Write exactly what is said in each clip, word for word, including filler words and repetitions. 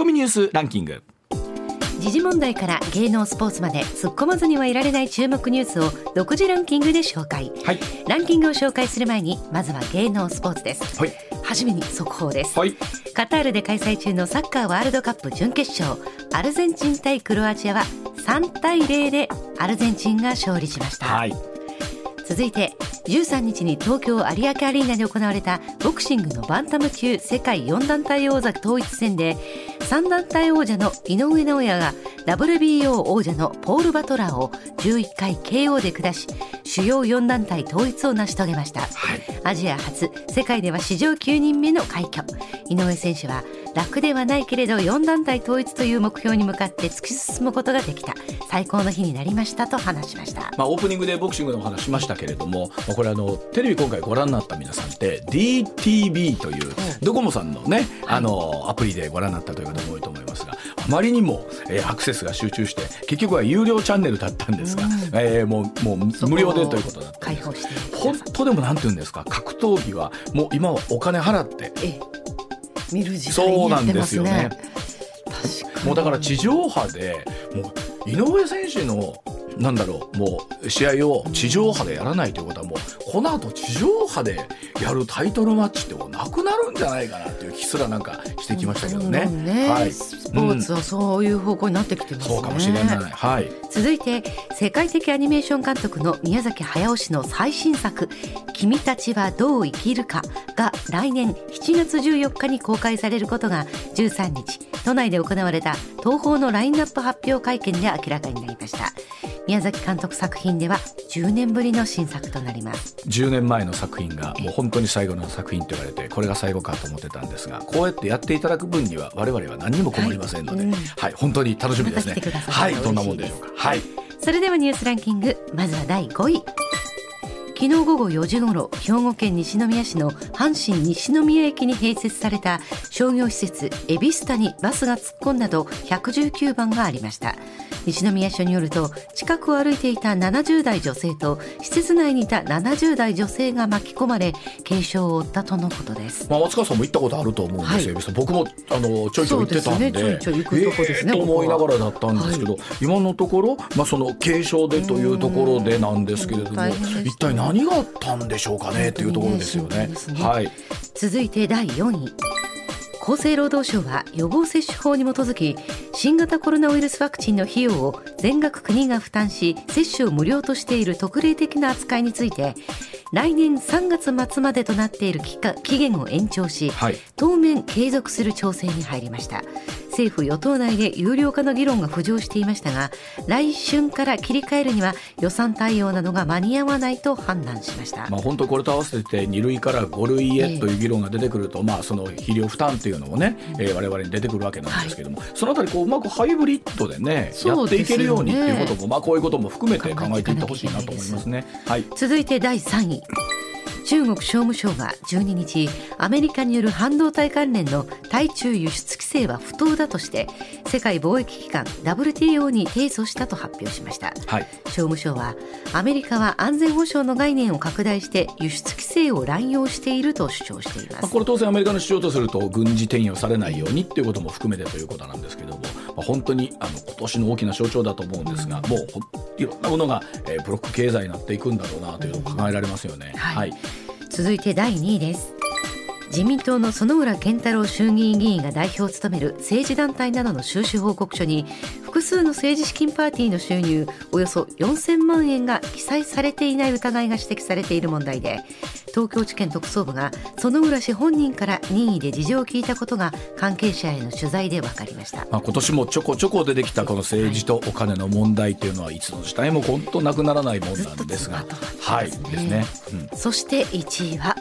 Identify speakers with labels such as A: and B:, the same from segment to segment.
A: コミニュースランキング。
B: 時事問題から芸能スポーツまで突っ込まずにはいられない注目ニュースを独自ランキングで紹介、はい、ランキングを紹介する前にまずは芸能スポーツです、はい、はじめに速報です、はい、カタールで開催中のサッカーワールドカップ準決勝、アルゼンチン対クロアチアはさんたいゼロでアルゼンチンが勝利しました、はい、続いてじゅうさんにちに東京有明アリーナで行われたボクシングのバンタム級世界よん団体王座統一戦でさん団体王者の井上尚弥が ダブリュービーオー 王者のポール・バトラーをじゅういっかい ケーオー で下し主要よん団体統一を成し遂げました、はい、アジア初、世界では史上きゅうにんめの快挙。井上選手は楽ではないけれどよん団体統一という目標に向かって突き進むことができた、最高の日になりましたと話しました。
A: まあ、オープニングでボクシングのお話しましたけれども、これあのテレビ今回ご覧になった皆さんって ディーティービー というドコモさんのね、あのアプリでご覧になったという方も多いと思いますが、あまりにも、えー、アクセスが集中して結局は有料チャンネルだったんですが、うん、えー、もう、もう無料でということだったんです。開放して本当でもなんて言うんですか、格闘技はもう今はお金払って
B: え見る時代になってますね。そうなんですよね。
A: 確かにもうだから地上波でもう井上選手のなんだろう、もう試合を地上波でやらないということはもうこの後地上波でやるタイトルマッチってもうなくなるんじゃないかなっていう気すらなんかしてきましたけどね。
B: うんね、はい、スポーツはそういう方向になってきてますね。
A: そうかもしれない、はい、
B: 続いて世界的アニメーション監督の宮崎駿氏の最新作君たちはどう生きるかが来年しちがつじゅうよっかに公開されることがじゅうさんにち都内で行われた東宝のラインナップ発表会見で明らかになりました。宮崎監督作品ではじゅうねんぶりの新作となります。
A: じゅうねんまえの作品がもう本当に最後の作品と言われてこれが最後かと思ってたんですが、こうやってやっていただく分には我々は何にも困りませんので、はい、うんはい、本当に楽しみですね。はい、どんなもんでしょうか。はい、
B: それではニュースランキング、まずはだいごい。昨日午後よじ頃、兵庫県西宮市の阪神西宮駅に併設された商業施設エビスタにバスが突っ込んだとひゃくじゅうきゅうばんがありました。西宮署によると、近くを歩いていたななじゅう代女性と施設内にいたななじゅう代女性が巻き込まれ軽傷を負ったとのことです。
A: まあ、松川さんも行ったことあると思うんですよ、はい、僕もあのちょいちょい行ってたんで、
B: そうですね、ちょいちょい行くとこですね、
A: えー、と思いながらだったんですけど、はい、今のところ、まあ、その軽傷でというところでなんですけれども、一体何があったんでしょうかねというところですよね。はい、
B: 続いてだいよんい。厚生労働省は予防接種法に基づき新型コロナウイルスワクチンの費用を全額国が負担し接種を無料としている特例的な扱いについて来年さんがつまつまでとなっている期間期限を延長し、はい、当面継続する調整に入りました。政府与党内で有料化の議論が浮上していましたが、来春から切り替えるには予算対応などが間に合わないと判断しました。
A: まあ、本当これと合わせてに類からご類へという議論が出てくると、えーまあ、その肥料負担というのもね、えー、我々に出てくるわけなんですけども、はい、そのあたりこううまくハイブリッドでねやっていけるようにっていうことも、まあ、こういうことも含めて考えていってほしいなと思いますね。はい、
B: 続いてだいさんい。中国商務省がじゅうににち、アメリカによる半導体関連の対中輸出規制は不当だとして世界貿易機関 ダブリューティーオー に提訴したと発表しました。はい、商務省はアメリカは安全保障の概念を拡大して輸出規制を乱用していると主張しています。
A: まあ、これ当然アメリカの主張とすると軍事転用されないようにっていうことも含めてということなんですけども、まあ、本当にあの今年の大きな象徴だと思うんですが、うん、もういろんなものが、えー、ブロック経済になっていくんだろうなというのを考えられますよね。はいはい、
B: 続いてだいにいです。自民党の薗浦健太郎衆議院議員が代表を務める政治団体などの収支報告書に複数の政治資金パーティーの収入およそよんせんまんえんが記載されていない疑いが指摘されている問題で、東京地検特捜部が薗浦氏本人から任意で事情を聞いたことが関係者への取材で分かりました。
A: まあ、今年もちょこちょこ出てきたこの政治とお金の問題というのはいつの時代も本当なくならないもんなんですが、はいですね、
B: うん、そしていちいは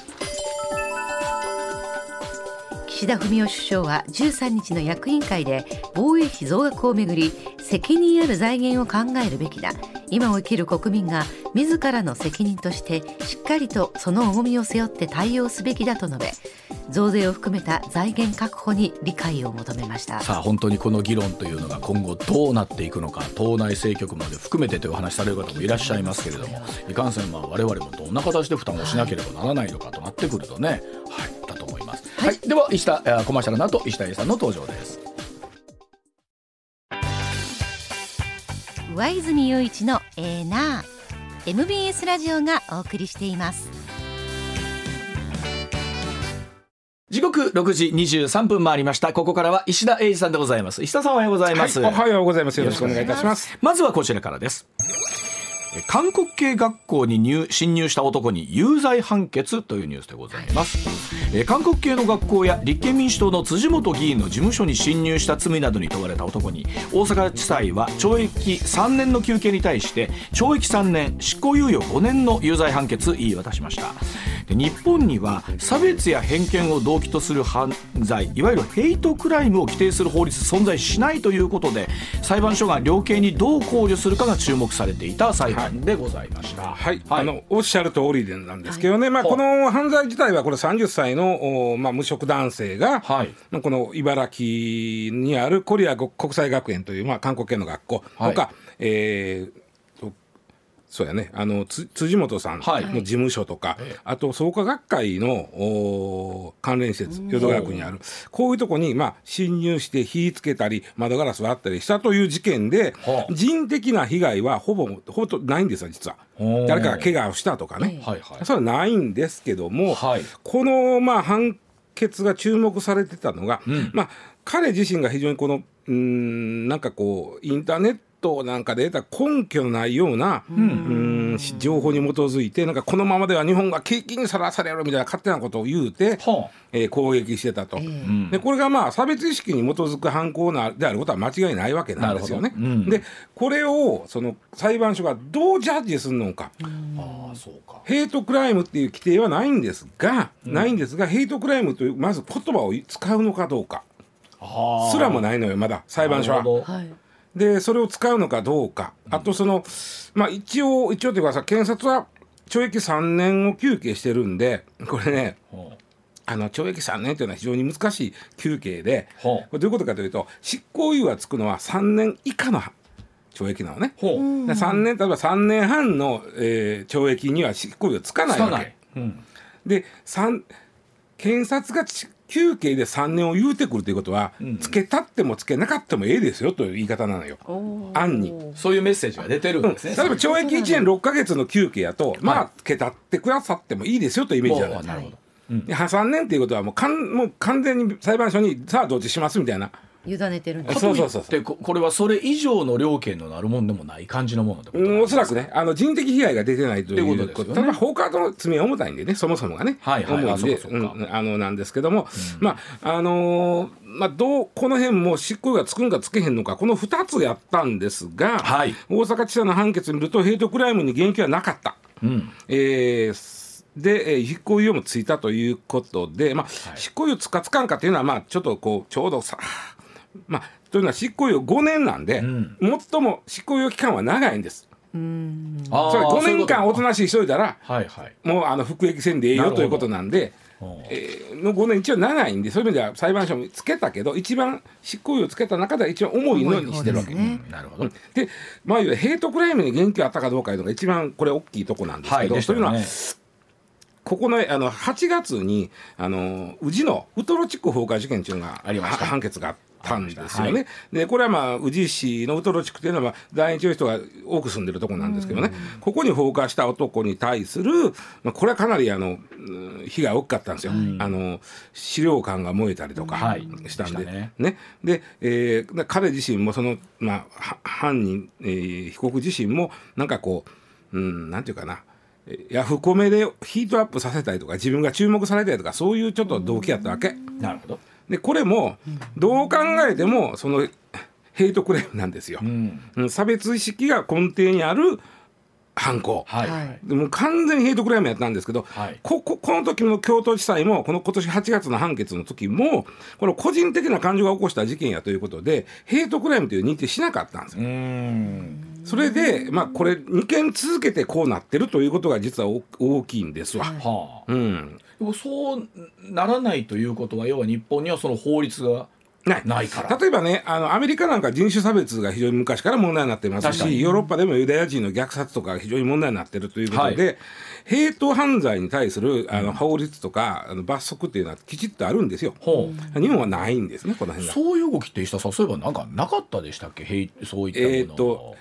B: 岸田文雄首相はじゅうさんにちの役員会で防衛費増額をめぐり責任ある財源を考えるべきだ、今を生きる国民が自らの責任としてしっかりとその重みを背負って対応すべきだと述べ、増税を含めた財源確保に理解を求めました。
A: さあ本当にこの議論というのが今後どうなっていくのか、党内政局まで含めてというお話される方もいらっしゃいますけれども、いかんせんは我々もどんな形で負担をしなければならないのかとなってくるとね、はい、だと思います。はいはい、では石田コマーシャルの後石田英さんの登場です。
B: 上泉雄一のエーナー エムビーエス ラジオがお送りしています。
A: 時刻ろくじにじゅうさんぷん回りました。ここからは石田英二さんでございます。石田さんおはようございます。
C: はい、おはようございます。よろしくお願いいたします。
A: まずはこちらからです。韓国系学校に入侵入した男に有罪判決というニュースでございます。え韓国系の学校や立憲民主党の辻元議員の事務所に侵入した罪などに問われた男に大阪地裁は懲役さんねんの求刑に対して懲役さんねん執行猶予ごねんの有罪判決言い渡しました。で日本には差別や偏見を動機とする犯罪、いわゆるヘイトクライムを規定する法律存在しないということで、裁判所が量刑にどう考慮するかが注目されていた裁判でございました。
C: はい、はい、あのおっしゃる通りでなんですけどね、はい、まあ、この犯罪自体はこれさんじゅっさいの、まあ、無職男性が、はい、この茨城にあるコリア国際学園という、まあ、韓国系の学校とか、はい、えーそうやね、あの辻元さんの事務所とか、はい、あと創価学会の関連施設、淀川区にあるこういうとこに、まあ、侵入して火つけたり窓ガラス割ったりしたという事件で、はあ、人的な被害はほぼほぼないんですよ実は。誰かが怪我をしたとかね、はいはい、それはないんですけども、はい、この、まあ、判決が注目されてたのが、うん、まあ、彼自身が非常にこのうーんなんかこうインターネットなんかで得た根拠のないような、うん、うん情報に基づいてなんかこのままでは日本が景気にさらされるみたいな勝手なことを言うて、はあ、えー、攻撃してたと、えー、でこれがまあ差別意識に基づく犯行であることは間違いないわけなんですよね、うん、でこれをその裁判所がどうジャッジするのか、うん、あそうかヘイトクライムっていう規定はないんですが、うん、ないんですがヘイトクライムというまず言葉を使うのかどうかすらもないのよまだ裁判所は。はい、でそれを使うのかどうか、あとその、まあ、一応一応というかさ検察は懲役さんねんを求刑してるんでこれね、あの懲役さんねんというのは非常に難しい求刑で、これどういうことかというと執行猶予がつくのはさんねん以下の懲役なのね。でさんねん例えばさんねんはんの、えー、懲役には執行猶予つかないわけ、うん、で検察が求刑でさんねんを言うてくるということは、うん、つけたってもつけなかったもええですよという言い方なのよ。案に
A: そういうメッセージが出てるんですね、
C: うん、例えば懲役いちねんろっかげつの求刑やと、はい、まあつけたってくださってもいいですよというイメージじゃない。なるほど、うん、でさんねんっていうことはもうかんもう完全に裁判所にさあどっちしますみたいな
B: 委ねてるんです。
A: そうそうそうそう。でこれはそれ以上の量刑のなるもんでもない感じのものってことなんですか。
C: おそらくね、あの人的被害が出てないということですよね。ただ放火の罪は重たいんでね、そもそもがね、はいはい、重いんで、うん、あのなんですけども、うん、まああのー、まあどうこの辺も執行猶予がつくんかつけへんのかこのふたつやったんですが、はい、大阪地裁の判決を見るとヘイトクライムに言及はなかった。うん、えーで、えー、執行猶予もついたということで、まあはい、執行猶予つかつかんかというのは、まあ、ちょっとこうちょうどさ、まあ、というのは執行猶予ごねんなんで、うん、最も執行猶予期間は長いんです。うーんそれごねんかんおとなしいしといたら、はいはい、もうあの服役せんでええよということなんで、えー、のごねん一応長いんでそういう意味では裁判所もつけたけど一番執行猶予つけた中では一番重いのにしてるわけです、ね、なるほど。で、まあ、ヘイトクライムに言及あったかどうかいうのが一番これ大きいとこなんですけど、はい、そういうのはここの、あのはちがつにあの宇治のウトロ地区放火事件というのがありました判決があったんですよね、はい、でこれはまあ宇治市のウトロ地区というのは在日の人が多く住んでるところなんですけどね、ここに放火した男に対する、まあ、これはかなりあの被害大きかったんですよ、うん、あの資料館が燃えたりとかしたんで、はいねね、で、えー、彼自身もその、まあ、犯人、えー、被告自身もなんかこう、うん、なんていうかなヤフコメでヒートアップさせたりとか自分が注目されたりとかそういうちょっと動機やったわけ。なるほど。でこれもどう考えてもそのヘイトクライムなんですよ、うん、差別意識が根底にある犯行、はい、でも完全にヘイトクライムやったんですけど、はい、こ, こ, この時の京都地裁もこの今年はちがつの判決の時もこの個人的な感情が起こした事件やということでヘイトクライムという認定しなかったんですよ。うーんそれで、まあ、これにけん続けてこうなってるということが実は大きいんですわ、はあうん、
A: でもそうならないということは要は日本にはその法律がないないから
C: 例えばねあのアメリカなんか人種差別が非常に昔から問題になってますしヨーロッパでもユダヤ人の虐殺とか非常に問題になってるということで、はい、ヘイト犯罪に対するあの法律とかあの罰則っていうのはきちっとあるんですよ、うん、日本はないんですねこの辺が。
A: そういう動きって石田さんそういえばなんかなかったでしたっけそういったもの、えー、っと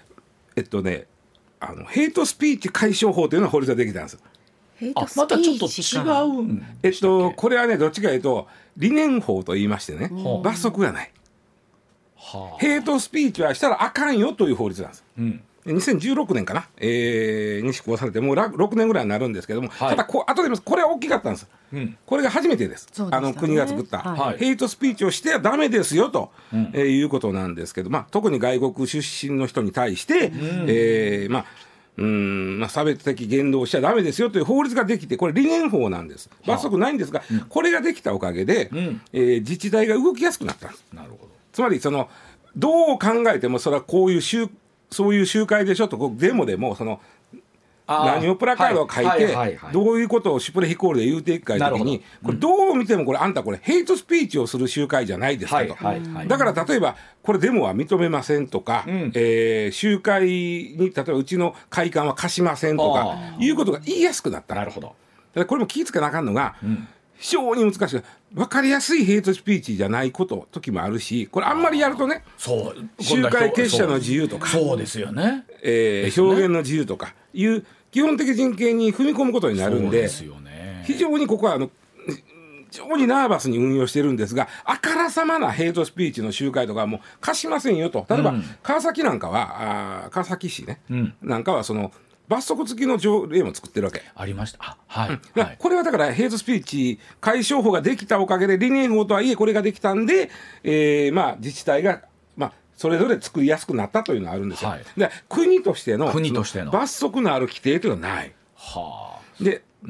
C: えっとねあのヘイトスピーチ解消法というのが法律ができたんです。
B: あ
A: またちょっと違うん
C: えっとこれはねどっちかというと理念法と言いましてね、うん、罰則がない、はあ、ヘイトスピーチはしたらあかんよという法律なんです、うん、にせんじゅうろくねんかな、えー、に施行されてもうろくねんぐらいになるんですけども、はい、ただこ後で言いますこれは大きかったんです、うん、これが初めてです、ね、あの国が作った、はい、ヘイトスピーチをしてはダメですよと、うんえー、いうことなんですけど、まあ、特に外国出身の人に対して、うんえーまあうんまあ、差別的言動をしちゃダメですよという法律ができてこれ理念法なんです。罰則ないんですが、はあうん、これができたおかげで、うんえー、自治体が動きやすくなったんです。なるほど。つまりそのどう考えてもそれはこういう集そういう集会でしょとこうデモでもその何をプラカードを書いてどういうことをシュプレヒコールで言うていくかいうときにこれどう見てもこれあんたこれヘイトスピーチをする集会じゃないですかと、はいはいはい、だから例えばこれデモは認めませんとか、うんえー、集会に例えばうちの会館は貸しませんとかいうことが言いやすくなった。なるほど。これも気ぃつけなあかんのが、うん非常に難しい分かりやすいヘイトスピーチじゃないこと時もあるしこれあんまりやるとねそう集会結社の自由とか
A: そうですよね、
C: えー、表現の自由とかいう基本的人権に踏み込むことになるん で,
A: ですよ、ね、
C: 非常にここはあの非常にナーバスに運用してるんですがあからさまなヘイトスピーチの集会とかはもう貸しませんよと例えば、うん、川崎なんかはあ川崎市ね、うん、なんかはその罰則付きの条例も作ってるわけ
A: ありました。はい、
C: うんはい、これはだからヘイトスピーチ解消法ができたおかげで理念法とはいえこれができたんで、えーまあ、自治体が、まあ、それぞれ作りやすくなったというのがあるんですよ、はい、で国としての
A: 国としての
C: 罰則のある規定というのはない、はあ、で、うん、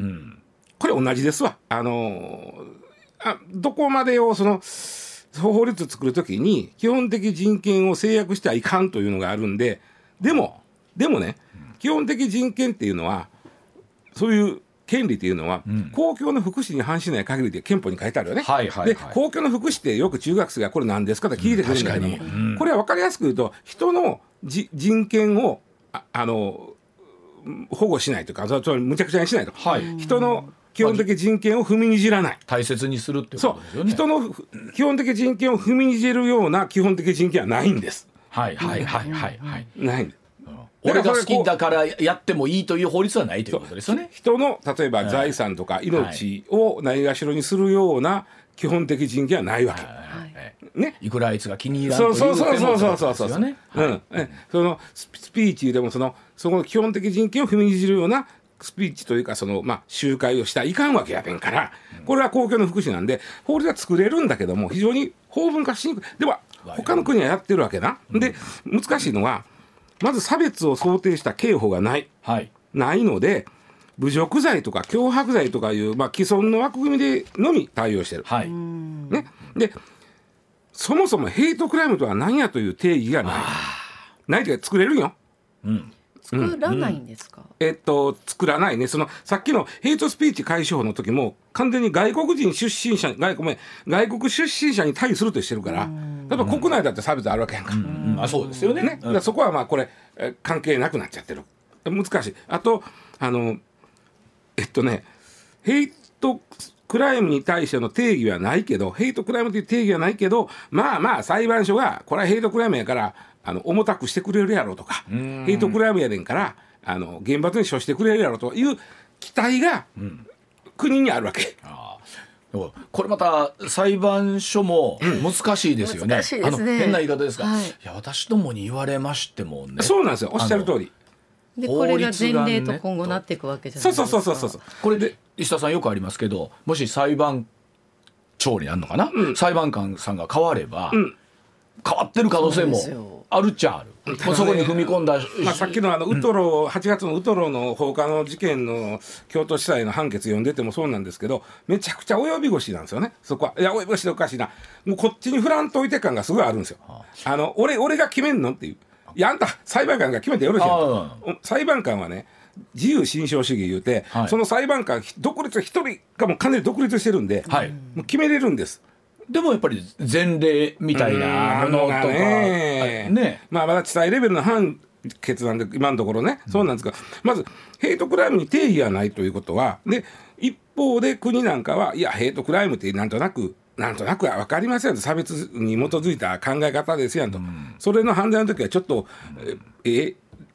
C: これ同じですわあのあどこまでをその法律作るときに基本的人権を制約してはいかんというのがあるんででもでもね基本的人権っていうのはそういう権利っていうのは、うん、公共の福祉に反しない限りって憲法に書いてあるよね、はいはいはい、で公共の福祉ってよく中学生がこれ何ですかって聞いてくるんだけども、うん、これは分かりやすく言うと人のじ人権を あ, あの保護しないというかそれむちゃくちゃにしないと、はい、人の基本的人権を踏みにじらない
A: 大切にするっていうことですよね。
C: そう人の基本的人権を踏みにじるような基本的人権はないんです。
A: はいはいはいはい、はい、
C: ないんです。
A: 俺が好きだからやってもいいという法律はないということですよね。
C: 人の例えば財産とか命をないがしろにするような基本的人権はないわけ、はい
A: ね、いくらあいつが気に入らんという
C: そうそうそうそうそうそうそうね、はいうん、そのスピーチでもそのその基本的人権を踏みにじるようなスピーチというかその、まあ、集会をしたらいかんわけやねんからこれは公共の福祉なんで法律は作れるんだけども非常に法文化しにくい。では他の国はやってるわけな。で難しいのはまず差別を想定した刑法がない、はい、ないので侮辱罪とか脅迫罪とかいう、まあ、既存の枠組みでのみ対応してる、はいね、でそもそもヘイトクライムとは何やという定義がないないというか作れるんよ、うん、
B: 作らないんですか、
C: うん、えっと作らないね。そのさっきのヘイトスピーチ解消法の時も完全に外国人出身者外国外国出身者に対するとしてるから例えば国内だって差別あるわけやんか、うん
A: うん、あそうですよね、
C: ね、だからそこはまあこれ関係なくなっちゃってる。難しい。あとあのえっとねヘイトクライムに対しての定義はないけどヘイトクライムという定義はないけどまあまあ裁判所がこれはヘイトクライムやからあの重たくしてくれるやろとかヘイトクライムやねんからあの厳罰に処してくれるやろという期待が国にあるわけ、うん、あ
A: これまた裁判所も難しいですよね、うん、難しいですね。あの変な言い方ですが、はい、いや私どもに言われましてもね。
C: そうなんですよおっしゃる通り
B: でこれが前例と今後なっていくわけじゃないですか。
C: そうそうそうそう
A: これで石田さんよくありますけどもし裁判長になるのかな、うん、裁判官さんが変われば、うん、変わってる可能性もあるっちゃある。もうそこに踏み込んだ、
C: まあ、さっきのあのウトロ、うん、はちがつのウトロの放火の事件の京都地裁の判決読んでてもそうなんですけどめちゃくちゃ及び腰なんですよね。そこはいや及び腰でおかしいなもうこっちに振らんといて感がすごいあるんですよ。あの 俺, 俺が決めんのっていういやあんた裁判官が決めてよろしいよと。裁判官はね自由心証主義言うて、はい、その裁判官独立一人がもう完全に独立してるんで、はい、もう決めれるんです。
A: でもやっぱり前例みたいなものとか
C: ね、ねまあ、まだ地裁レベルの判決なんで今のところね、うん、そうなんですがまずヘイトクライムに定義がないということはで一方で国なんかはいやヘイトクライムってなんとなくなんとなく分かりませんと差別に基づいた考え方ですやんと、うん、それの犯罪の時はちょっとええ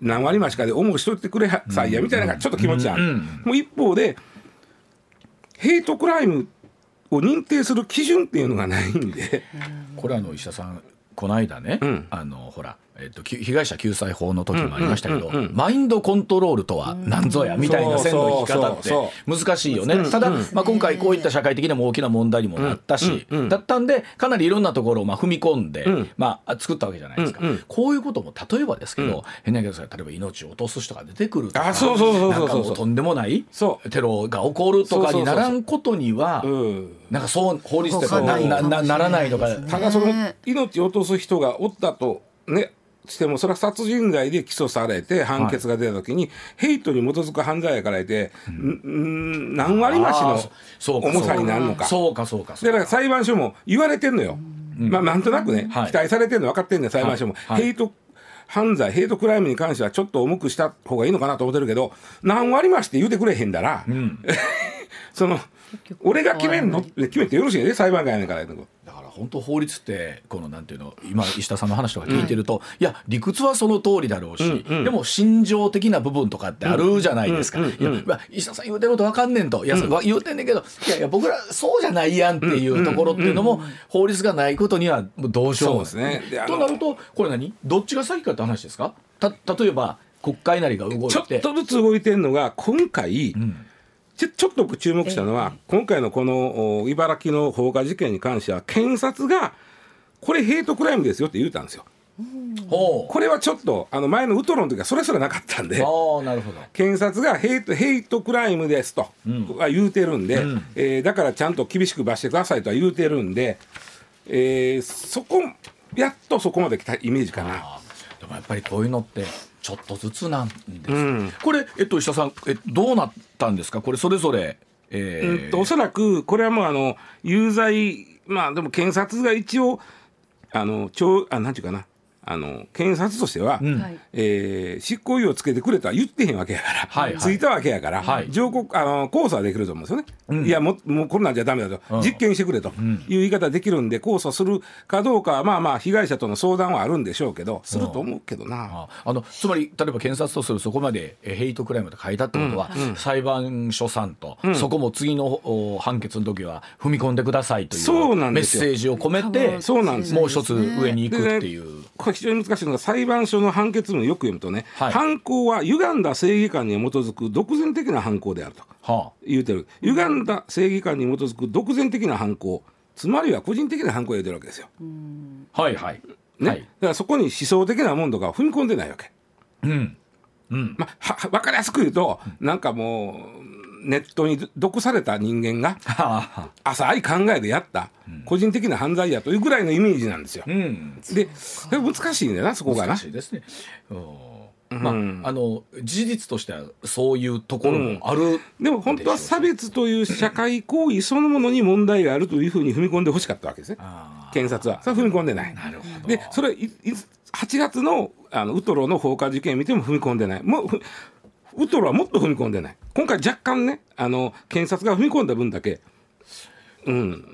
C: 何割増しかで重くしといてくれさいやみたいなちょっと気持ちある、うんうん、もう一方でヘイトクライムを認定する基準っていうのがないんで、
A: これあの石田さんこの間ね、うん、あのほら、えっと、被害者救済法の時もありましたけど、マインドコントロールとは何ぞやみたいな線の引き方って難しいよね。ただ、まあ、今回こういった社会的にも大きな問題にもなったし、うんうん、だったんでかなりいろんなところをまあ踏み込んで、うん、まあ、作ったわけじゃないですか、うんうん、こういうことも例えばですけど、うん、変なけど例えば命を落とす人が出てくるとか、なんかもうとんでもないテロが起こるとかにならんことにはなんかそう法律ってな, な, な, ならないのか。
C: ただその命を落とす人がおったとねしてもそれは殺人罪で起訴されて判決が出た時に、はい、ヘイトに基づく犯罪やからいて、うん、何割増しの重さになるのか。
A: そうかそうか
C: だから裁判所も言われてんのよ、うん、まあなんとなくね、はい、期待されてるの分かってんねん裁判所も、はいはい、ヘイト犯罪ヘイトクライムに関してはちょっと重くした方がいいのかなと思ってるけど、何割増しって言うてくれへんだら、うん、その俺が決めんの決めてよろしいね裁判官やねんから。
A: だから本当法律ってこのなんていうの今石田さんの話とか聞いてると、うん、いや理屈はその通りだろうし、うんうん、でも心情的な部分とかってあるじゃないですか、うんうんうん、いや石田さん言うてること分かんねんと、いや、うん、言うてんねんけどいやいや僕らそうじゃないやんっていうところっていうのも、うんうんうん、法律がないことにはどうしようもない。
C: そうですね。
A: となるとこれ何どっちが先かって話ですか。た例えば国会なりが動いて
C: ちょっとずつ動いてるのが今回、うんちょ, ちょっと注目したのは、えー、今回のこの茨城の放火事件に関しては検察がこれヘイトクライムですよって言うたんですよ。これはちょっとあの前のウトロの時はそれすらなかったんで、
A: あなるほど
C: 検察がヘイト、ヘイトクライムですとは言うてるんで、うんえー、だからちゃんと厳しく罰してくださいとは言うてるんで、えー、そこやっとそこまで来たイメージかな。
A: でもやっぱりこういうのってちょっとずつなんです、うん、これ、えっと、石田さんえどうなったんですかこれそれぞれ、え
C: ーうん、とおそらくこれはもうあの有罪まあでも検察が一応あの超あなんていうかなあの検察としては、うんえー、執行猶予をつけてくれとは言ってへんわけやから、はいはい、ついたわけやから、はい、上告あの控訴はできると思うんですよね、うん、いやもう、もうこんなんじゃダメだと、うん、実験してくれという言い方できるんで控訴するかどうかはまあまあ被害者との相談はあるんでしょうけどすると思うけどな、うん、
A: ああのつまり例えば検察とするそこまでヘイトクライムと書いたってことは、うんうん、裁判所さんと、うん、そこも次の判決の時は踏み込んでくださいというメッセージを込めてそうなんです、もう一つ上に行くっていう、
C: これ非常に難しいのが裁判所の判決文をよく読むとね、はい、犯行は歪んだ正義感に基づく独善的な犯行であると言うてる、はあ、歪んだ正義感に基づく独善的な犯行つまりは個人的な犯行を言うてるわけですよ。
A: うんはいはい、
C: ね
A: はい、
C: だからそこに思想的なもんとか踏み込んでないわけ、
A: うんうん
C: まあ、は分かりやすく言うと、うん、なんかもうネットに毒された人間が浅い考えでやった個人的な犯罪やというぐらいのイメージなんですよ、うん、で難しいんだよなそこがな。
A: 難しいですね、まあ、うん、あの事実としてはそういうところもある、うん、
C: でも本当は差別という社会行為そのものに問題があるというふうに踏み込んでほしかったわけですね検察は。それは踏み込んでない。
A: なるほど。
C: でそれはちがつ の, あのウトロの放火事件見ても踏み込んでない。もうウトロはもっと踏み込んでない。今回若干ねあの検察が踏み込んだ分だけうん、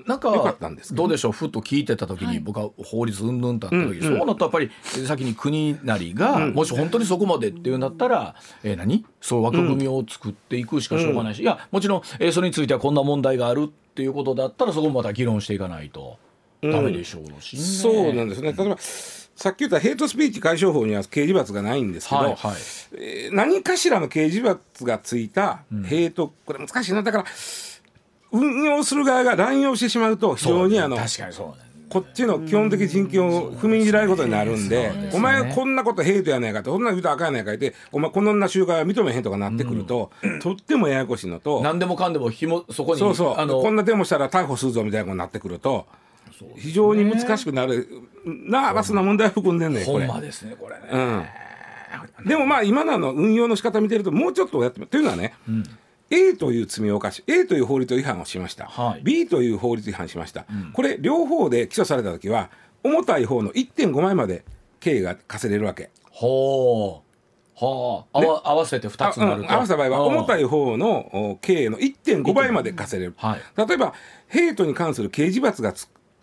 A: なんか
C: 良かったんですけど、
A: どうでしょうふと聞いてた時に、はい、僕は法律うんぬんとあった時、うんうん、そうなったらやっぱり先に国なりが、うん、もし本当にそこまでっていうんだったら、えー、何そう枠組みを作っていくしかしょうがないし、うん、いやもちろん、えー、それについてはこんな問題があるっていうことだったらそこもまた議論していかないとダメでしょうし、ね、
C: うん、そうなんですね。例えばさっき言ったヘイトスピーチ解消法には刑事罰がないんですけど、はいはいえー、何かしらの刑事罰がついたヘイト、うん、これ難しいな。だから運用する側が乱用してしまうと非常にあの
A: 確かにそう、ね、
C: こっちの基本的人権を踏みにじられることになるんで、お前こんなことヘイトやないかってこんな言うとあかんやないかってお前こんな集会は認めへんとかなってくると、うん、とってもややこしいのと
A: 何でもかんでもひもそこに
C: そうそうあのこんなデモしたら逮捕するぞみたいなことになってくると非常に難しくなるナーバスな問題を含んでんねんこれ。
A: ほんまですねこれね、
C: うん、でもまあ今のの運用の仕方見てるともうちょっとやってみるというのはね、うんA という罪を犯し A という法律違反をしました、はい、B という法律違反しました、うん、これ両方で起訴された時は重たい方の いってんご 倍まで刑が課せれるわけ。
A: ほうはあ、ね、合わせてふたつになると、
C: うん、合わせた場合は重たい方の刑の いってんご 倍まで課せれる、はい、例えばヘイトに関する刑事罰がつ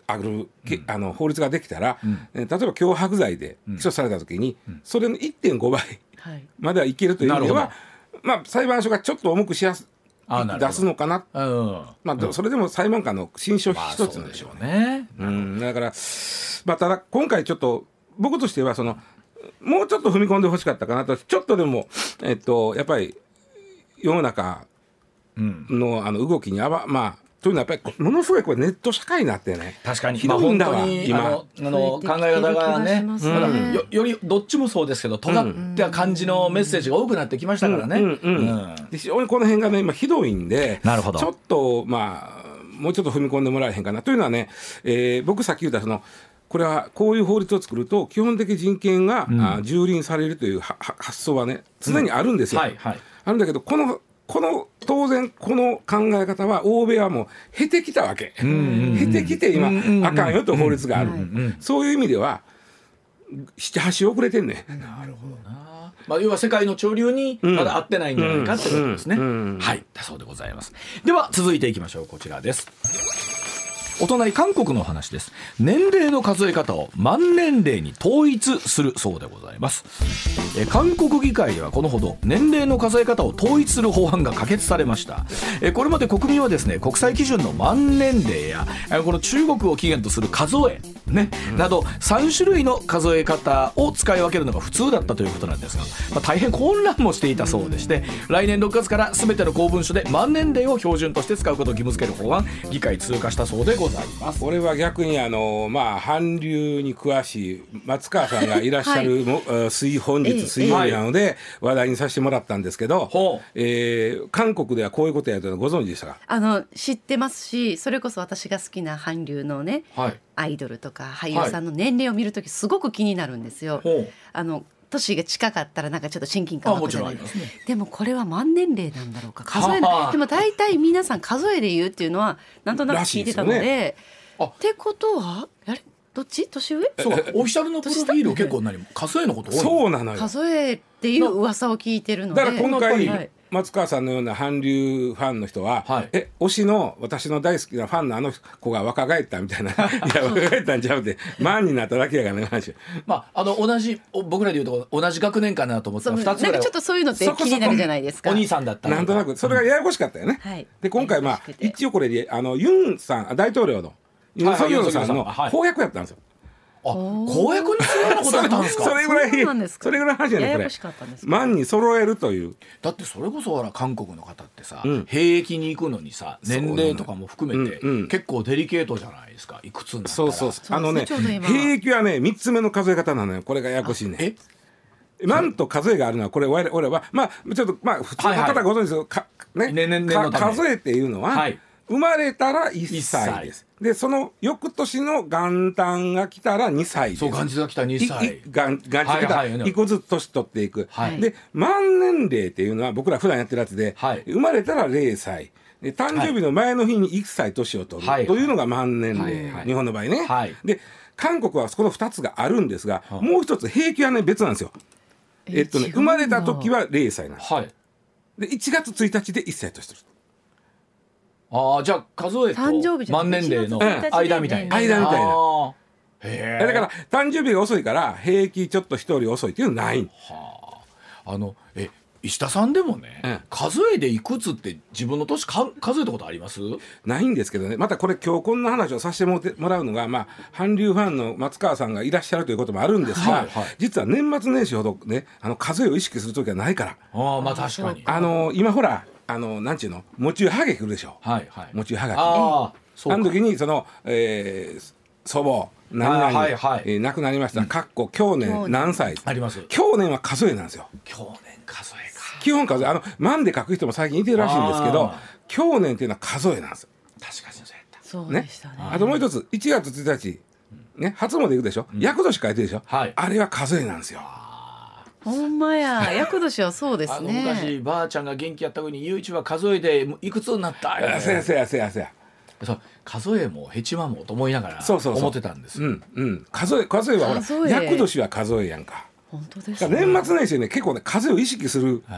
C: ある、うん、あの法律ができたら、うん、例えば脅迫罪で起訴された時に、うん、それの いってんご 倍まではいけるという意味では、まあ、裁判所がちょっと重くしやす出すのかな、うんまあ、それでも裁判官の心証一つなんでしょうね。まあ、そうでしょうね。うん、だから、まあ、ただ今回ちょっと僕としてはそのもうちょっと踏み込んでほしかったかなと、ちょっとでも、えっと、やっぱり世の中の、あの動きにあば、まあというのはやっぱりものすごいこれネット社会になってね、
A: 確かに
C: ひどいんだわ、
A: まあ、本当に
C: 今
A: あのあの考え方がね、まだ よ, よりどっちもそうですけど尖った感じのメッセージが多くなってきましたからね、うんうんうんうん、
C: 非常にこの辺がね今ひどいんで、
A: なるほど、
C: ちょっとまあもうちょっと踏み込んでもらえへんかなというのはね、えー、僕さっき言ったそのこれはこういう法律を作ると基本的人権が、うん、あ蹂躙されるという発想はね常にあるんですよ、うんはいはい、あるんだけどこのこの当然この考え方は欧米はもう経てきたわけ、うんうんうん、経てきて今、うんうんうん、あかんよと法律がある、うんうんうん、そういう意味では七八遅れてんね、
A: うん、なるほどな、まあ、要は世界の潮流にまだ合ってないんじゃないかってことですね、うんうんうん、はいだそうでございます。では続いていきましょう。こちらです。お隣韓国の話です。年齢の数え方を満年齢に統一するそうでございます。え韓国議会ではこのほど年齢の数え方を統一する法案が可決されました。えこれまで国民はですね国際基準の満年齢やこの中国を起源とする数え、ねうん、などさん種類の数え方を使い分けるのが普通だったということなんですが、まあ、大変混乱もしていたそうでして、来年ろくがつから全ての公文書で満年齢を標準として使うことを義務付ける法案議会通過したそうでございます。
C: これは逆にあの、まあ、韓流に詳しい松川さんがいらっしゃる、はい、水本日水曜日なので話題にさせてもらったんですけど、はいえー、韓国ではこういうことやというのご存知でしたか？
B: あの知ってますし、それこそ私が好きな韓流のね、はい、アイドルとか俳優さんの年齢を見るときすごく気になるんですよ、はい、あの年が近かったらなんかちょっと親近感湧くじゃないですか。でもこれは満年齢なんだろうか、数えない。でも大体皆さん数えで言うっていうのはなんとなく聞いてたの で, で、ね、ってことはあれどっち年上？
A: そうオフィシャルのプロフィール結構何数えのこと多い。
C: そうなのよ。
B: 数えっていう噂を聞いてるので、
C: だから今回、はい、松川さんのような韓流ファンの人は、はい、え推しの私の大好きなファンのあの子が若返ったみたいないや若返ったんちゃうって万になっただけやからね話、
A: まあ、あの同じ僕らでいうと同じ学年かなと思ってたふたつぐらい
B: なんかちょっとそういうのって気になるじゃないですか。
A: お兄さんだった
C: なんとなくそれがややこしかったよね、うん、で今回まあ一応これであのユンさん大統領のユン・ソギョルさんの公約やったんですよ。
A: あ、公約にするようなことだったんですか？
C: それぐらいそれぐらい話やねこれ。万に揃えるという。
A: だってそれこそほら韓国の方ってさ、うん、兵役に行くのにさ年齢とかも含めて、うんうん、結構デリケートじゃないですか。いくつになったら。
C: そうそうあのね兵役はねみっつめの数え方なのよ。これがややこしいね。え万と数えがあるのはこれ俺はまあちょっとまあ普通の方ご存知ですけど、はいはいねねねか数えっていうのは、はい、生まれたらいっさいです。でその翌年の元旦が来たらにさいです。
A: そう元日が来たらにさい。
C: 元日が来たらい個ずつ年取っていく、はい、で満年齢っていうのは僕ら普段やってるやつで、はい、生まれたらぜろさいで誕生日の前の日にいっさい年を取る、はい、というのが満年齢、はいはい、日本の場合ね、はい、で韓国はこのふたつがあるんですが、はい、もう一つ兵役はね別なんですよ。えっとね生まれた時はぜろさいなんです、はい、でいちがつついたちでいっさい年取る。
A: ああじゃあ数えと満年齢の間みたいな
C: 間みたいな。へえ。だから誕生日が遅いから兵役ちょっと一人遅いっていうのない。
A: はあ。あのえ石田さんでもね、うん、数えでいくつって自分の年か数えたことあります？
C: ないんですけどね。またこれ今日こんな話をさせてもらうのが、まあ韓流ファンの松川さんがいらっしゃるということもあるんですが、はいはい、実は年末年始ほどねあの数えを意識するときはないから。
A: ああまあ確かに。
C: あの今ほら。あのなんちゅうのもちゅうはがき来るでしょ、はいはい、もちゅうはがきああの時にその、えー、祖母何々、はいはいえー、亡くなりました、うん、かっこ去年何歳
A: あります。
C: 去年は数えなんですよ。
A: 去年数えか
C: 基本数えあの万で書く人も最近いてるらしいんですけど去年っていうのは数えなんですよ。
A: 確かにそうやった
B: そうでしたね。
C: ねあともう一ついちがつついたち、ね、初詣行くでしょ、うん、厄年書いてるでしょ、はい、あれは数えなんですよ。
B: ほんまや厄年はそうですね。
A: あの昔ばあちゃんが元気やった時にゆういちは数えでいくつになった
C: せやせやせやせや
A: そう数えもヘチマもと思いながら思ってたんです。
C: うんうん、数え数えはほら厄年は数えやんか。
B: 本当ですね。
C: 年末年始ね結構ね数えを意識する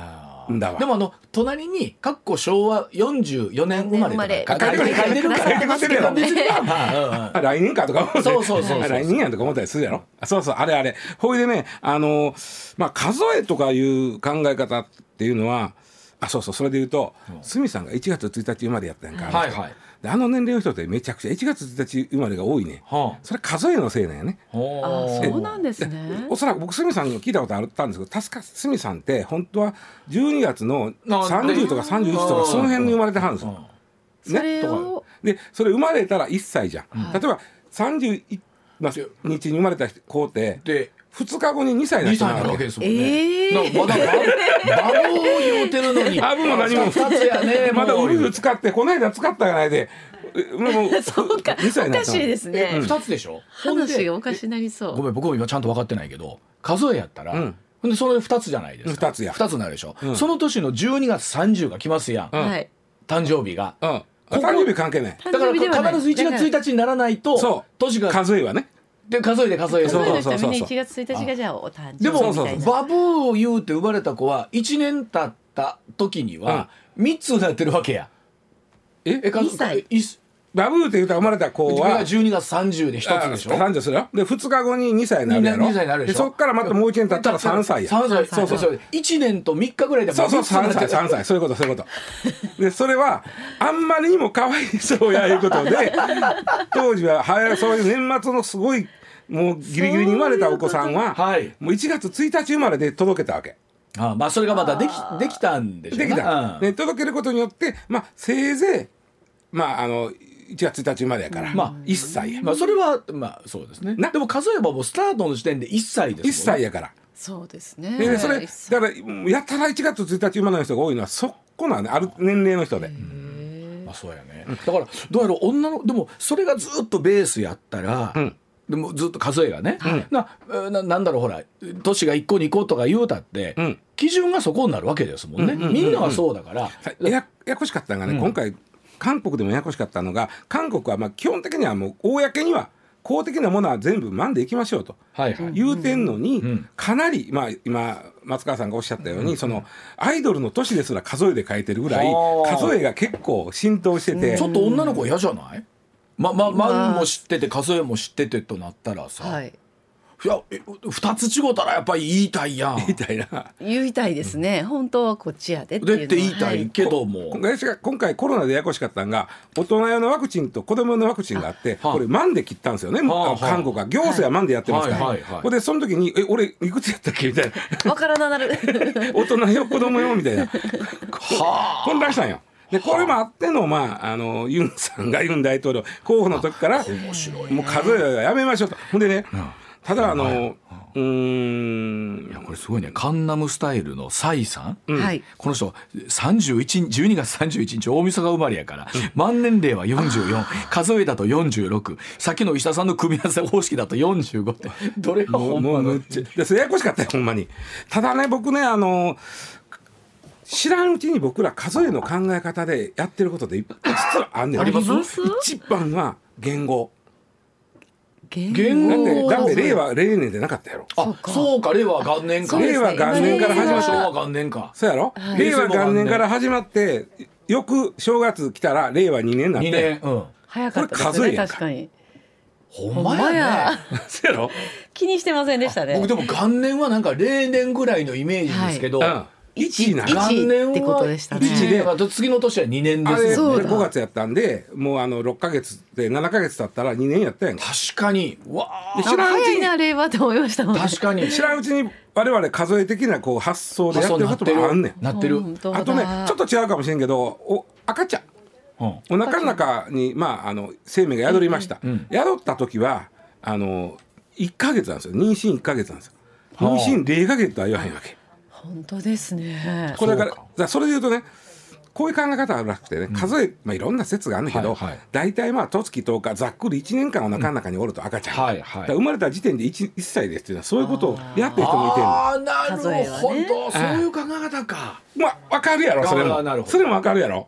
C: だわ。
A: でもあの隣にかっこ昭和よんじゅうよねん生まれとか書いてる書いてる
C: 書いてますけど
A: 別に
C: あ来年かとか思って
A: そうそうそうそう
C: 来年やとか思ったりするやろ。そうそうあれあれほいでねあのまあ数えとかいう考え方っていうのはあそうそうそれで言うと鷲見さんがいちがつついたち生まれやったんやんか、
A: はいはい、
C: であの年齢の人ってめちゃくちゃいちがつついたち生まれが多いね、はあ、それ数えのせいなんやね。
B: あそうなんですね。
C: おそらく僕鷲見さんに聞いたことあったんですけど確か鷲見さんって本当はじゅうにがつのさんじゅうとかさんじゅういちとかその辺に生まれてはるんですよ、
B: ね、それを
C: でそれ生まれたらいっさいじゃん、はい、例えばさんじゅういちにちに生まれた子ってでふつかごににさいになるわけですもんね。
A: えー、まだバブを言うてるのに
C: バブも何もふたつやねまだウイル使ってこの間使ったじゃないで
B: もうそうかおかしいですね、
A: うん、ふたつでしょ。
B: 話がおかしになりそう。
A: ごめん僕も今ちゃんと分かってないけど数えやったら、うん、でそれふたつじゃないですか。
C: ふたつや
A: ふたつになるでしょ、うん、その年のじゅうにがつさんじゅうが来ますやん、うん、誕生日が、うん、
C: 誕生日関係ない。
A: だから必ずいちがつついたちにならないと
C: そう年が数えはね
A: で数えで数え
B: 数えのためにいちがつついたちがじゃあお誕生日みたいな。
A: でもそうそうバブーを言うて生まれた子はいちねん経った時にはみっつになってるわけや。
C: え
A: え数え
C: バブーって言うたら生まれた子は
A: じゅうにがつさんじゅうでひとつでしょ。
C: さんじゅうするよ。でふつかごににさいになるやろ。
A: にさいになるでしょ。
C: でそっからまたもういちねん経ったらさんさいや。
A: さんさいそうそうそういちねんとみっかぐらいで
C: そうそうさんさいさんさいそういうことそういうことでそれはあんまりにもかわいそうやいうことで当時ははやそういう年末のすごいもうギリギリに生まれたお子さんははい、もういちがつついたち生まれで届けたわけ。
A: ああまあそれがまたできできたんでしょうね。
C: できた、ね、届けることによってまあせいぜいまああのいちがつついたち生まれやから、まあいっさいや、
A: まあ、それはまあそうですね。でも数えばもうスタートの時点でいっさいですもんね。
C: いっさいやから
B: そうですね。
C: でそれだからやたらいちがつついたち生まれの人が多いのはそこなんねある年齢の人で。
A: あそうやね。だからどうやろう女のでもそれがずっとベースやったら、うん、でもずっと数えがね、うん、な, な, なんだろうほら年がいっこにことか言うたって、うん、基準がそこになるわけですもんね、うんうんうんうん、みんながそうだから、
C: うん、や, ややこしかったのがね、うん、今回韓国でもややこしかったのが韓国はまあ基本的にはもう公には公的なものは全部満でいきましょうと、はいはい、言うてんのに、うん、かなり、まあ、今松川さんがおっしゃったように、うん、そのアイドルの年ですら数えで書いてるぐらい数えが結構浸透してて、
A: ちょっと女の子嫌じゃない？まま万も知ってて数えも知っててとなったらさ、はい、いやふたつ違ったらやっぱり言いたいやん。
C: 言いたいな
B: 言いたいですね、うん、本当はこっちやでっていうのは
A: でって言いたいけども、
C: はい、今回コロナでややこしかったのが大人用のワクチンと子供用のワクチンがあってこれ万で切ったんですよね、はあ、韓国は行政は万でやってますから、はいはいはいはい、でその時にえ俺いくつやったっけみたいな
B: わからななる
C: 大人用子供用みたいなは混乱したんよ。でこれもあっての、まあ、あのユンさんがユン大統領候補の時からもう数えはやめましょうと。ほんでね、うん、ただあの、はい、うーん
A: いやこれすごいねカンナムスタイルのサイさん、
B: うん、
A: この人さんじゅういちじゅうにがつさんじゅういちにち大晦日生まれやから、うん、満年齢はよんじゅうよん数えだとよんじゅうろくさっきの石田さんの組み合わせ方式だとよんじゅうごってどれがほんまの
C: でそれややこしかったよほんまに。ただね僕ねあの知らんうちに僕ら数えの考え方でやってることで実はあんねん。
A: あります？
C: 一番は言語。
B: 言語
C: だってだって令和れいねんでなかったやろ。
A: あそうか令和元年か、
C: 令和元年から始まった
A: 昭和元年か
C: そうやろ、はい、令和元年から始まってよく正月来たら令和にねんになってにねん、うん、
B: 早かったですね確かに。
A: ほんまやね
C: そうやろ
B: 気にしてませんでしたね。
A: 僕でも元年はなんか例年ぐらいのイメージですけど、はいうん
B: いちな元年ってことでしたね。いち
A: で次の年はにねんです
C: よね。ごがつやったんでもうあのろっかげつでななかげつ経ったらにねんやったやん。
A: 確かにわ
B: ー知らんうちに早いな令和と思いましたもん。
A: 確かに
C: 知らんうちに我々数え的なこう発想でやってることもあんねん。
A: なってる。
C: あとねちょっと違うかもしれんけどお赤ちゃん、うん、お腹の中に、まあ、あの生命が宿りました、うんうん、宿った時はあのいっかげつなんですよ。妊娠いっかげつなんですよ。妊娠れいかげつとは言わへんわけ。
B: 本当ですね。
C: これだからそれで言うとねこういう考え方あるらしくてね、うん、数え、まあ、いろんな説があるんだけど、はいはい、大体まあ十月とおかざっくりいちねんかんお腹の中におると赤ちゃん、うんはいはい、生まれた時点で 1, いっさいですっていうのはそういうことをやってる人もいてるの。
A: ああなるほど、ね、そういう考え方か。
C: まあ分かるやろそれもそれも分かるやろ。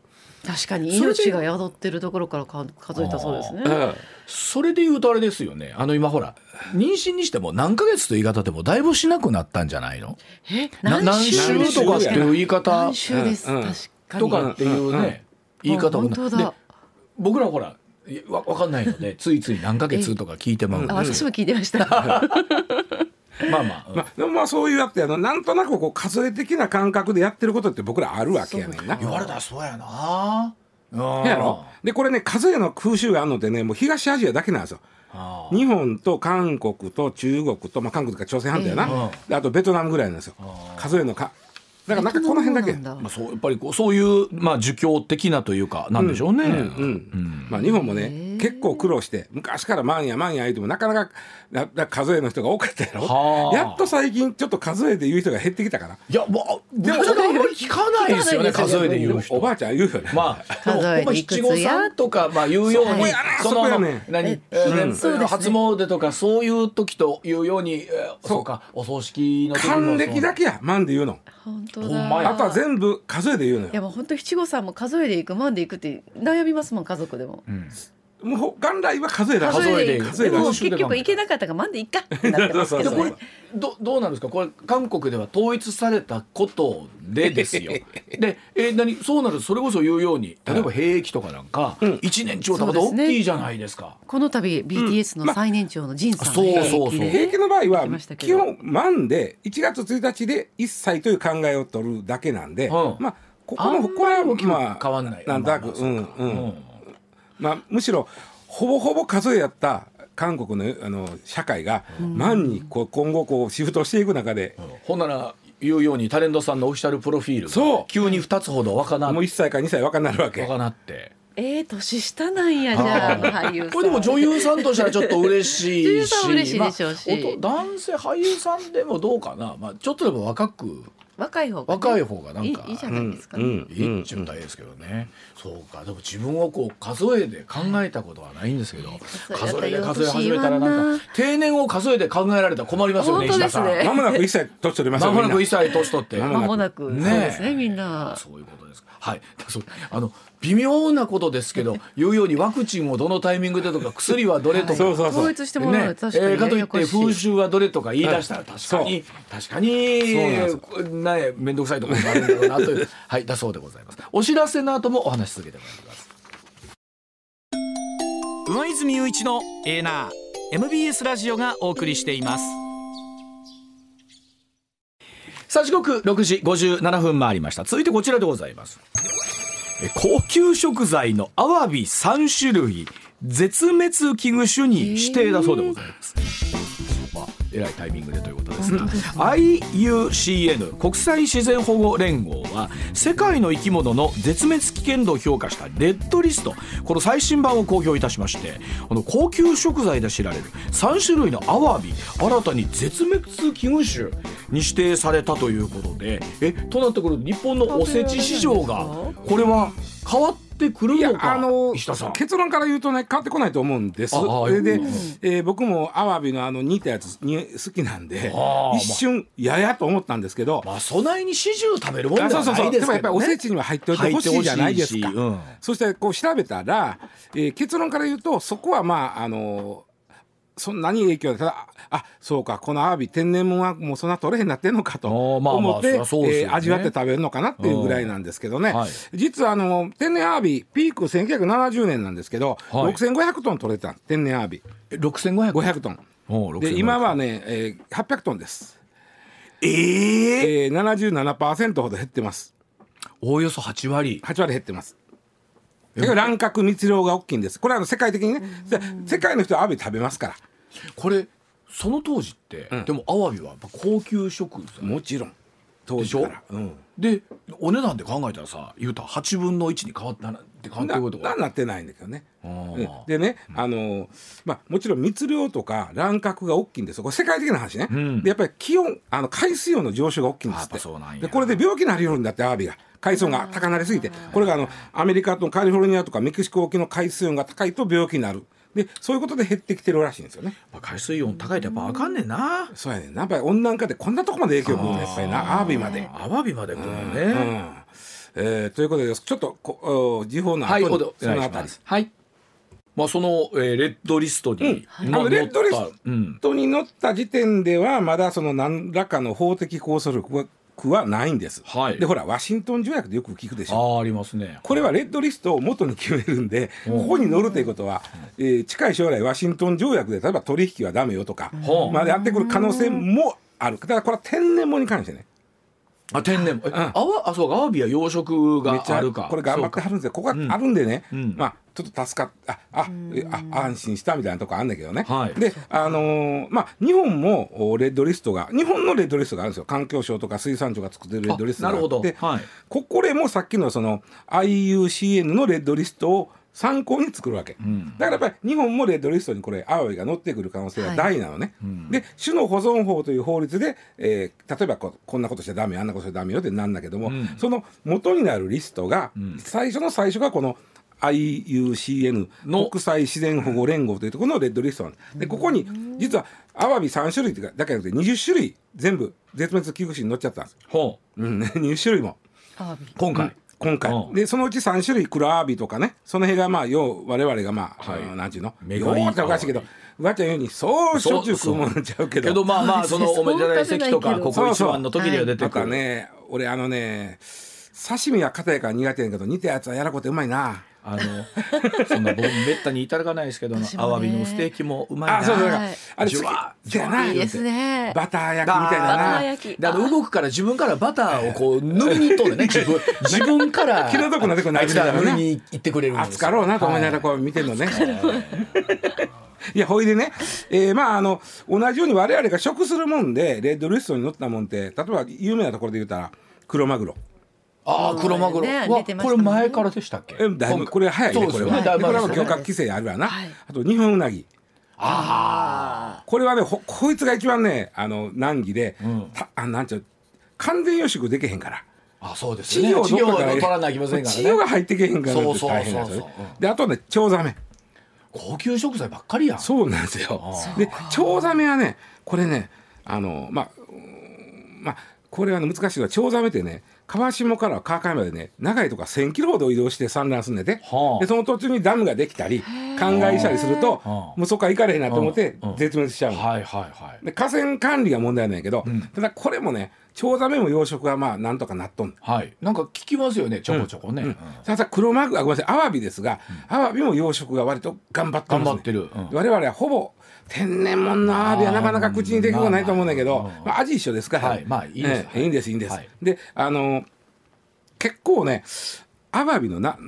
B: 確かに命が宿ってるところから数えたそうですね。
A: それで言うとあれですよね、あの今ほら妊娠にしても何ヶ月という言い方でもだいぶしなくなったんじゃないの。
B: え
A: 何週とかっていう言い方
B: 何週です、うん、確かに
A: とかっていうね、うん、言い方も
B: 本当だ。
A: 僕らほらわ分かんないのでついつい何ヶ月とか聞いてまう、
B: あ私も聞いてました
A: まあまあ、うん、
C: まあ、でもまあそういうやってあのなんとなくこう数え的な感覚でやってることって僕らあるわけやねんな。
A: 言われたらそうやな。
C: やろでこれね数えの風習があるのでねもう東アジアだけなんですよ。日本と韓国と中国と、まあ、韓国とか朝鮮半島やな、えー、あとベトナムぐらいなんですよ数えのか。だからなんかこの辺だけ
A: まあ、そうやっぱりこうそういう、まあ、儒教的なというかなんでしょうね。うんうん
C: うんまあ、日本もね結構苦労して昔から万や万や言うてもなかなかな数えの人が多かったやろ。やっと最近ちょっと数えで言う人が減ってきたから。
A: いやもうでもあんまり聞かないですよね数えで言う人。
C: おばあちゃん言うよね。
A: まあ数えでいくつやとかまあ言うようにその何初詣とかそういう時というようにそうかお葬式の時の
C: 還暦だけや万で言うの。
B: 本当だ。
C: あとは全部数えで言うのよ。
B: いやもう本当七五三も数えでいく万でいくって悩みますもん家族でも。うん
C: もう元来は数えだ
B: 数えで数えでも結局いけなかったから万でいっかってなってますけどね。
A: ど, どうなんですかこれ韓国では統一されたことでですよで、えー、何そうなるとそれこそ言うように例えば兵役とかなんか一、うん、年長とか大きいじゃないですか、ね、
B: この度 ビーティーエス の最年長のジンさんの
C: 兵役で兵役の場合は基本万でいちがつついたちでいっさいという考えを取るだけなんで、うん、まあここのこれはまあ
A: 変わんない
C: なんとなくうんうんまあむしろほぼほぼ数えやった韓国 の, あの社会が万にこう今後こうシフトしていく中で、
A: うん、ほんなら言うようにタレントさんのオフィシャルプロフィールが急にふたつほど若なって
C: もういっさいかにさい若なるわけ
A: 若なって
B: えー、年下なんやじゃあ俳優さん
A: これでも女優さんとしたらちょっと嬉しいし
B: 女優さん嬉しいでしょうし、
A: まあ、男性俳優さんでもどうかな、まあ、ちょっとでも若く
B: 若い方が、ね、
A: 若い方がなんか
B: い い, いいじゃないですかね、うんうん、
A: いいっちゅうんだいですけどね、うん、そうかでも自分をこう数えで考えたことはないんですけど、はい、数えで数え始めたらなんか定年を数えで考えられたら困りますよね。
B: 本当ですね。
C: まもなくいっさい年取りますよ。
A: まもなくいっさい年取って
B: まもなく、ね、そうですねみんな
A: そういうことですか。はいあの微妙なことですけど言うようにワクチンをどのタイミングでとか薬はどれとか、はい、
C: そうそうそう
B: 統一してもらう、ね確かにね、
A: えー、かといって風習はどれとか言い出したら確かに確かにね面倒くさいところがあるんだろうなというはいだそうでございます。お知らせの後もお話し続けてまいります。
D: 上泉雄一のエーナー エムビーエス ラジオがお送りしています。
A: さあ時刻ろくじごじゅうななふん回りました。続いてこちらでございます。高級食材のアワビさんしゅるい絶滅危惧種に指定だそうでございます、えーまあ、えらいタイミングでということですがアイユーシーエヌ 国際自然保護連合は世界の生き物の絶滅危険度を評価したレッドリストこの最新版を公表いたしましてこの高級食材で知られるさんしゅるいのアワビ新たに絶滅危惧種に指定されたということでえとなってくると日本のおせち市場がこれは変わってくるのか。あの石田さん
C: 結論から言うとね変わってこないと思うんです。それで、うんえー、僕もアワビのあの煮たやつに好きなんで一瞬ややと思ったんですけど、
A: まあ、そないに始終食べるもんではないですけどね。
C: でもやっぱりおせちには入っておいてほしいじゃないですか、うん、そしてこう調べたら、えー、結論から言うとそこはまああのそんなに影響があそうかこのアワビ天然もんはもうそんな取れへんなってんのかと思って味わって食べるのかなっていうぐらいなんですけどね、はい、実はあの天然アワビピークせんきゅうひゃくななじゅうねんなんですけど、はい、ろくせんごひゃくトン取れた天然アワビ
A: ろくせんごひゃく
C: トンで今はね、えー、はっぴゃくトンです。
A: えー、
C: えー、ななじゅうななパーセント ほど減ってます。
A: おおよそはちわり
C: はちわり減ってます。乱獲密漁が大きいんです。これは世界的にね世界の人はアワビ食べますから。
A: これその当時って、うん、でもアワビはやっぱ高級食材
C: もちろん当時から、
A: うん、でお値段で考えたらさ言うたらはちぶんのいちに変わったなって変わってること
C: がなってないんだけどね。でね、うん、あのまあもちろん密漁とか乱獲が大きいんですよ。これ世界的な話ね、うん、でやっぱり気温あの海水温の上昇が大きいんですって。
A: そうなんや。
C: でこれで病気になるようになってアワビが海水温が高なりすぎてこれがあのアメリカとカリフォルニアとかメキシコ沖の海水温が高いと病気になる。でそういうことで減ってきてるらしいんですよね。
A: 海水温高いとやっぱあかんねんな。
C: そうやねん。やっぱり温暖化でこんなとこまで影響くるのやっぱりなアワビまで
A: アワビまでくるのね、
C: うんうん、 えー、ということでちょっとこ時報の後に、はい、そのあたり、
A: はい、まあ、その、えー、レッドリストに、うん
C: あのレッドリストに載った時点ではまだその何らかの法的拘束力ははないんです、はい、でほらワシントン条約でよく聞くでしょ。
A: あありますね。
C: これはレッドリストを元に決めるんで、ここに載るということは、えー、近い将来ワシントン条約で例えば取引はダメよとかまでやってくる可能性もある。だからこれは天然物に関してね。
A: あ天然、うん、あわあそうかアワビは養殖があるか。
C: これ頑張ってはるんですよ。ここがあるんでね、うん、まあちょっと助かっあああ安心したみたいなとこあんだけどね、はい、であのー、まあ日本もレッドリストが日本のレッドリストがあるんですよ。環境省とか水産庁が作ってるレッドリストがあって、なるほど、はい、ここでもさっきのその アイユーシーエヌ のレッドリストを参考に作るわけ、うん、だからやっぱり日本もレッドリストにこれアワビが乗ってくる可能性は大なのね、はいうん、で種の保存法という法律で、えー、例えば こ, こんなことしちゃダメあんなことしちゃダメよってなんだけども、うん、その元になるリストが、うん、最初の最初がこの アイユーシーエヌ の国際自然保護連合というところのレッドリストなんで、ここに実はアワビさん種類だけじゃなくてにじゅっ種類全部絶滅危惧種に載っちゃったんです。ほう、うん、にじゅっ種類も
A: 今回、うん
C: 今回でそのうちさん種類黒アワビとかねその辺がまあ要我々がまあ、はい、なんていうのメガリーっておかしいけどうわちゃんようにそうしょっちゅう食うもんちゃうけど
A: けどまあまあそのおめでたい席とかここ一番の時には出てくる。
C: とかね俺あのね刺身は硬いから苦手やけど煮たやつはやらこてうまいな。
A: あのそんな僕めったにいただかないですけどアワビのステーキもうまいな。
C: あそうそう、はい、あれ
B: ジュワジュワいいですね。
C: バター焼きみたいなな。バター焼き
A: だから動くから自分からバターをこう塗りにいっとんでね自分自分から
C: 気の毒なとこないみたいな
A: 塗りに行ってくれるんですよ。
C: 扱ろうなと思いながらこう見てるのね、はい、いやほいでね、えー、まああの同じように我々が食するもんでレッドリストに載ったもんって例えば有名なところで言うたらクロマグロ。
A: ああ黒マグロは、ね、これ前からでしたっけ。
C: えだいぶこれ早いね。これは、はい、これは漁獲規制あるわな、はい、あと日本ウナギ。ああこれはね こ, こいつが一番ねあの難儀で、うん、たあなんちゃう完全養殖できへんから。
A: あそうですね。稚魚を取らなきゃいけませんからね。
C: 稚魚が入ってけへんからって大変なんですよね。であとねチョウザメ
A: 高級食材ばっかりやん。
C: そうなんですよ。でチョウザメはねこれねあのまあまあこれは、ね、難しいのはチョウザメってね川下から川上までね長いとかせんキロほど移動して産卵するんで、はあ、でその途中にダムができたり灌漑したりすると、はあ、もうそこから行かれへんなと思って絶滅しちゃうの、はいはいはい、で河川管理が問題なんやけど、うん、ただこれもねチョウザメも養殖はまあなんとかなっとん、
A: はい、なんか聞きますよねちょこちょこね、うんうん、
C: ただ黒マグあごめんなさいアワビですが、うん、アワビも養殖が割と頑張ってます、ね、
A: 頑張ってる、うん、
C: 我々はほぼ天然物のアワビはなかなか口にできることないと思うんだけど、まあまあまあ、味一緒ですから、はい、まあいいです、ね、いいんですいいんです、はい、であの結構ねアワビのな、うん、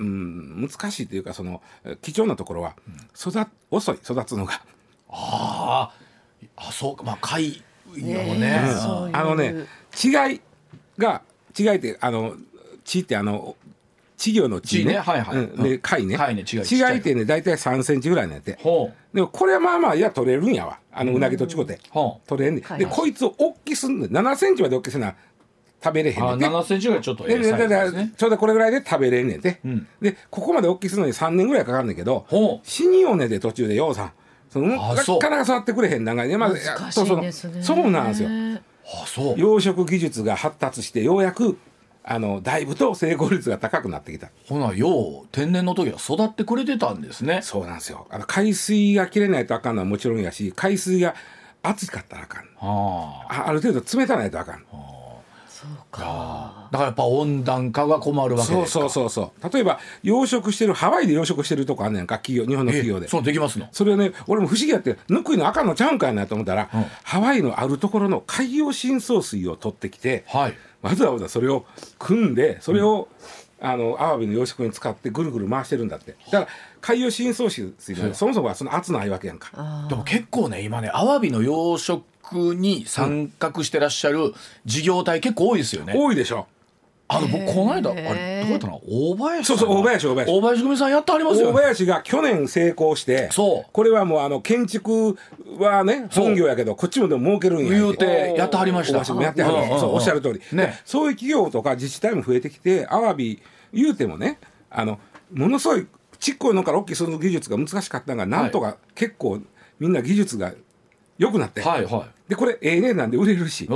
C: 難しいというかその貴重なところは、うん、育遅い育つのが
A: ああそうかまあ貝のね、
C: うん、あのね違いが違いってあの地ってあの稚魚の稚ね、はいはい、うん、で貝ね、貝ね違い違いってね大体さんセンチぐらいなんやって。でもこれはまあまあいや取れるんやわあのうなぎと違って取れんねん、はいはい、でこいつを大きすんねんななセンチまで大きすんな食べれへんねんて。
A: あななセンチぐらいちょっとええサイズですね。
C: ちょうどこれぐらいで食べれんねんて、うん、でここまで大きするのにさんねんぐらいかかるんだけど死にようねで途中でようさんそのなかなか触ってくれへん長いねまず
B: 難しいですね。
C: そうなんですよ。
A: あそう
C: 養殖技術が発達してようやくあのだいぶと成功率が高くなってきた。
A: ほなよう天然の時は育ってくれてたんですね。
C: そうなんですよ。あの海水が切れないとあかんのはもちろんやし海水が熱かったらあかん、はあ、あ, ある程度冷たないとあかん、はあ、
B: そうか。
A: だからやっぱ温暖化が困るわけですか。
C: そうそうそうそう。例えば養殖してるハワイで養殖してるとこあんねんか企業日本の企業で。
A: そうできますの。
C: それはね俺も不思議やってぬくいのあかんのちゃうんかいなと思ったら、うん、ハワイのあるところの海洋深層水を取ってきて、はい、わざわざそれを組んでそれを、うん、あのアワビの養殖に使ってぐるぐる回してるんだって。だから海洋深層水が、ね、そもそもはその圧ないわけやんか。
A: でも結構ね今ねアワビの養殖に参画してらっしゃる事業体結構多いですよね、
C: うん、多いでしょ。
A: あの僕この間あれどうやったの大林
C: そうそう大林大林
A: 大林組さんやってありますよ、ね、
C: 大林が去年成功してそうこれはもうあの建築はね本業やけどこっちもでも儲けるんや
A: 言うてやってはりました。
C: やってはる、うん、そうおっしゃる通り、ね、そういう企業とか自治体も増えてきてアワビ言うてもねあのものすごいちっこいのから大きいその技術が難しかったのがなんとか結構みんな技術が良くなって、はいはい、でこれええねなんで売れるし、うん、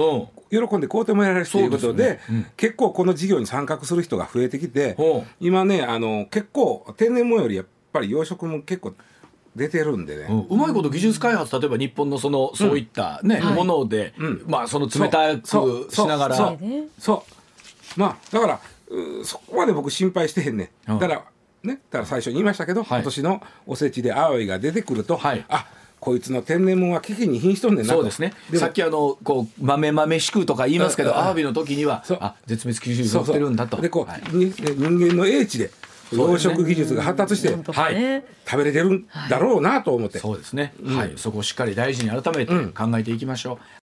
C: 喜んで買うてもらえるということ で, で、ねうん、結構この事業に参画する人が増えてきて、今ねあの結構天然物よりやっぱり養殖も結構出てるんでね、
A: うん、うまいこと技術開発、例えば日本のそのそういったね、うん、もので、はい、まあその冷たくしながら、
C: そうそうまあだからそこまで僕心配してへんね、うん、だからねだから最初に言いましたけど、はい、今年のおせちでアワビが出てくると、はい、あこいつの天然物は危機に瀕しとんねんなと。
A: そうですね。さっきあのこう豆豆しくとか言いますけど、アワビの時にはあ絶滅危惧種に載ってるんだと。
C: でこう、はい、人間の英知で養殖技術が発達して、はい、食べれてるんだろうなと思って。
A: そうですね、うん、はい、そこをしっかり大事に改めて考えていきましょう。うん